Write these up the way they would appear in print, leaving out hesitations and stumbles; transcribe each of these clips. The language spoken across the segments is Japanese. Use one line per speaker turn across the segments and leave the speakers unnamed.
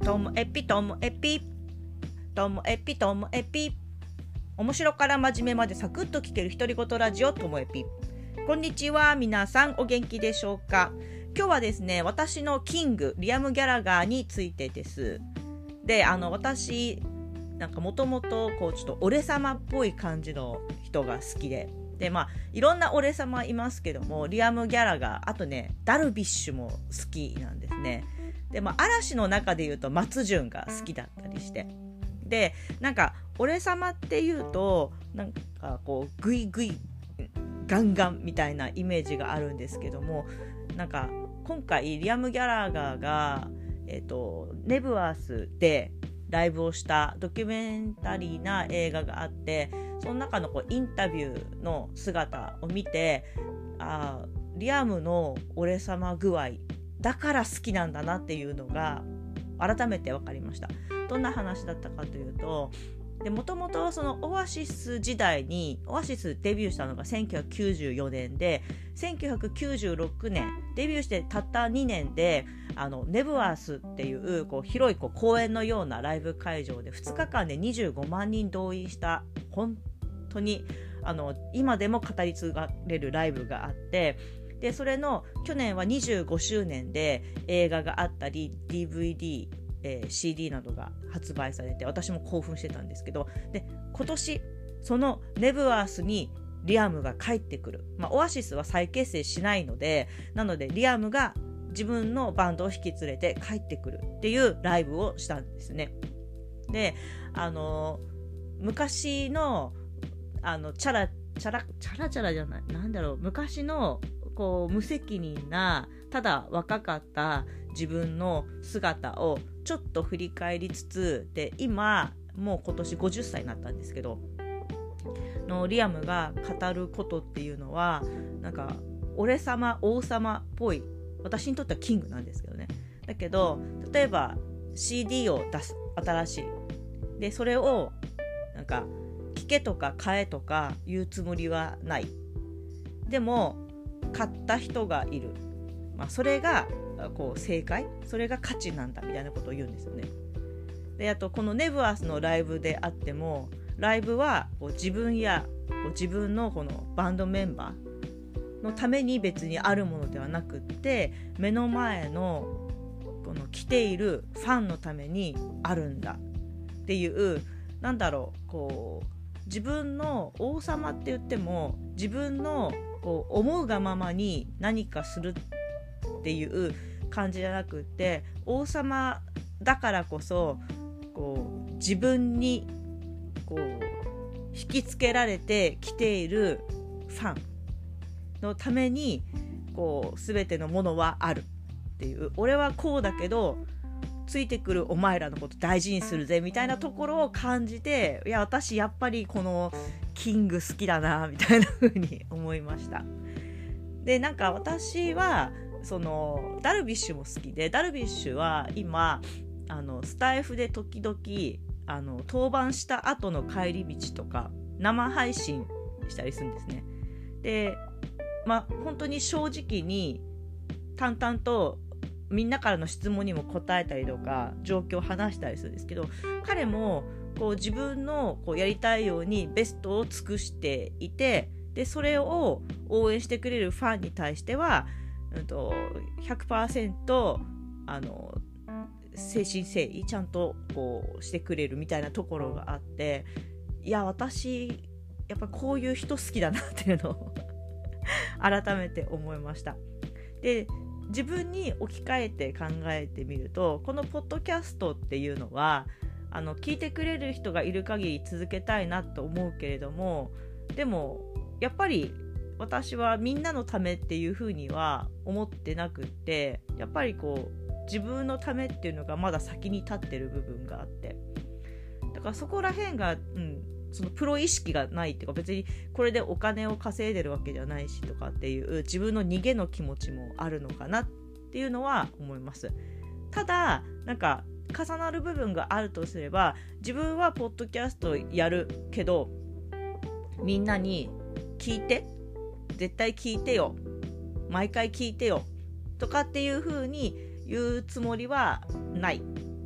ともえぴともえぴともえぴともえぴ、面白から真面目までサクッと聞ける独り言ラジオともえぴ。こんにちは、皆さんお元気でしょうか。今日はですね、私のキングリアム・ギャラガーについてです。で、私なんかもともとこうちょっと俺様っぽい感じの人が好きで、いろんな俺様いますけども、リアム・ギャラガー、あとねダルビッシュも好きなんですね。で、嵐の中で言うと松潤が好きだったりして、でなんか俺様っていうとなんかこうグイグイガンガンみたいなイメージがあるんですけども、なんか今回リアム・ギャラガーが、ネブワースでライブをしたドキュメンタリーな映画があって、その中のこうインタビューの姿を見て、リアムの俺様具合だから好きなんだなっていうのが改めて分かりました。どんな話だったかというと、もともとそのオアシス時代に、オアシスデビューしたのが1994年で、1996年デビューしてたった2年でネブワースっていう、こう広いこう公園のようなライブ会場で2日間で25万人動員した、本当に今でも語り継がれるライブがあって、でそれの去年は25周年で映画があったり DVD、CD などが発売されて、私も興奮してたんですけど、で今年そのネブワースにリアムが帰ってくる、オアシスは再結成しないので、なのでリアムが自分のバンドを引き連れて帰ってくるっていうライブをしたんですね。で昔のチャラチャラじゃない、なんだろう、昔のこう無責任なただ若かった自分の姿をちょっと振り返りつつで、今もう今年50歳になったんですけどのリアムが語ることっていうのは、なんか俺様王様っぽい、私にとってはキングなんですけどね。だけど例えば CD を出す、新しいで、それをなんか聞けとか買えとか言うつもりはない。でも買った人がいる、それがこう正解、それが価値なんだみたいなことを言うんですよね。であとこのネブワースのライブであっても、ライブはこう自分やこう自分のこのバンドメンバーのために別にあるものではなくって、目の前のこの来ているファンのためにあるんだっていう、なんだろう、こう自分の王様って言っても自分のこう思うがままに何かするっていう感じじゃなくって、王様だからこそこう自分にこう引きつけられてきているファンのためにこう全てのものはあるっていう、俺はこうだけどついてくるお前らのこと大事にするぜみたいなところを感じて、いや私やっぱりこのキング好きだなみたいな風に思いました。でなんか私はそのダルビッシュも好きで、ダルビッシュは今スタイフで時々登板した後の帰り道とか生配信したりするんですね。で本当に正直に淡々とみんなからの質問にも答えたりとか状況を話したりするんですけど、彼もこう自分のこうやりたいようにベストを尽くしていて、でそれを応援してくれるファンに対しては、100% 誠心誠意ちゃんとこうしてくれるみたいなところがあって、いや私やっぱこういう人好きだなっていうのを改めて思いました。で自分に置き換えて考えてみると、このポッドキャストっていうのは聞いてくれる人がいる限り続けたいなと思うけれども、でもやっぱり私はみんなのためっていうふうには思ってなくって、やっぱりこう自分のためっていうのがまだ先に立ってる部分があって、だからそこら辺が、そのプロ意識がないっていうか、別にこれでお金を稼いでるわけじゃないしとかっていう自分の逃げの気持ちもあるのかなっていうのは思います。ただなんか重なる部分があるとすれば、自分はポッドキャストやるけどみんなに聞いて、絶対聞いてよ、毎回聞いてよとかっていう風に言うつもりはないっ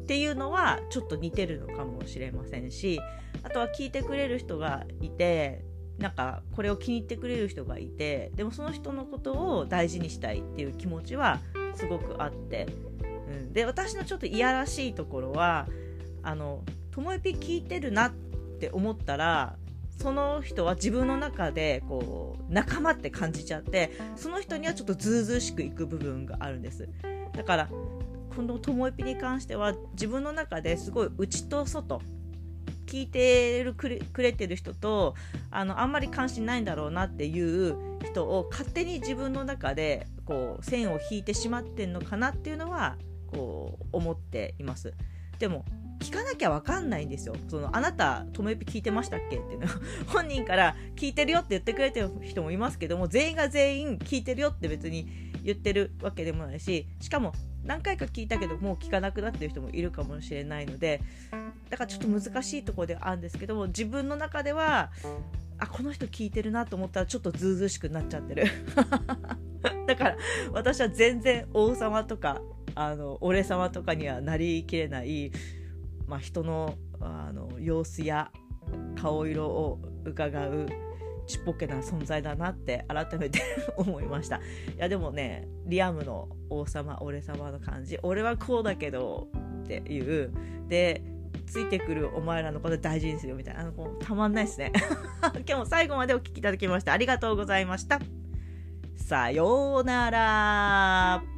っていうのはちょっと似てるのかもしれませんし、あとは聞いてくれる人がいて、なんかこれを気に入ってくれる人がいて、でもその人のことを大事にしたいっていう気持ちはすごくあって、で私のちょっといやらしいところは、ともえぴ聞いてるなって思ったら、その人は自分の中でこう仲間って感じちゃって、その人にはちょっとずうずうしくいく部分があるんです。だからこのともえぴに関しては、自分の中ですごい内と外、聞いてくれてる人とあんまり関心ないんだろうなっていう人を勝手に自分の中でこう線を引いてしまってんのかなっていうのはこう思っています。でも聞かなきゃ分かんないんですよ。あなたともえぴ聞いてましたっけっていうの本人から聞いてるよって言ってくれてる人もいますけども、全員が全員聞いてるよって別に言ってるわけでもないし、しかも何回か聞いたけどもう聞かなくなってる人もいるかもしれないので、だからちょっと難しいところではあるんですけども、自分の中ではこの人聞いてるなと思ったらちょっとずうずうしくなっちゃってるだから私は全然王様とか俺様とかにはなりきれない、人の様子や顔色を伺うちっぽけな存在だなって改めて思いました。いやでもね、リアムの王様俺様の感じ、俺はこうだけどっていうで、ついてくるお前らのこと大事にするよみたいな、たまんないですね今日も最後までお聞きいただきましてありがとうございました。さようなら。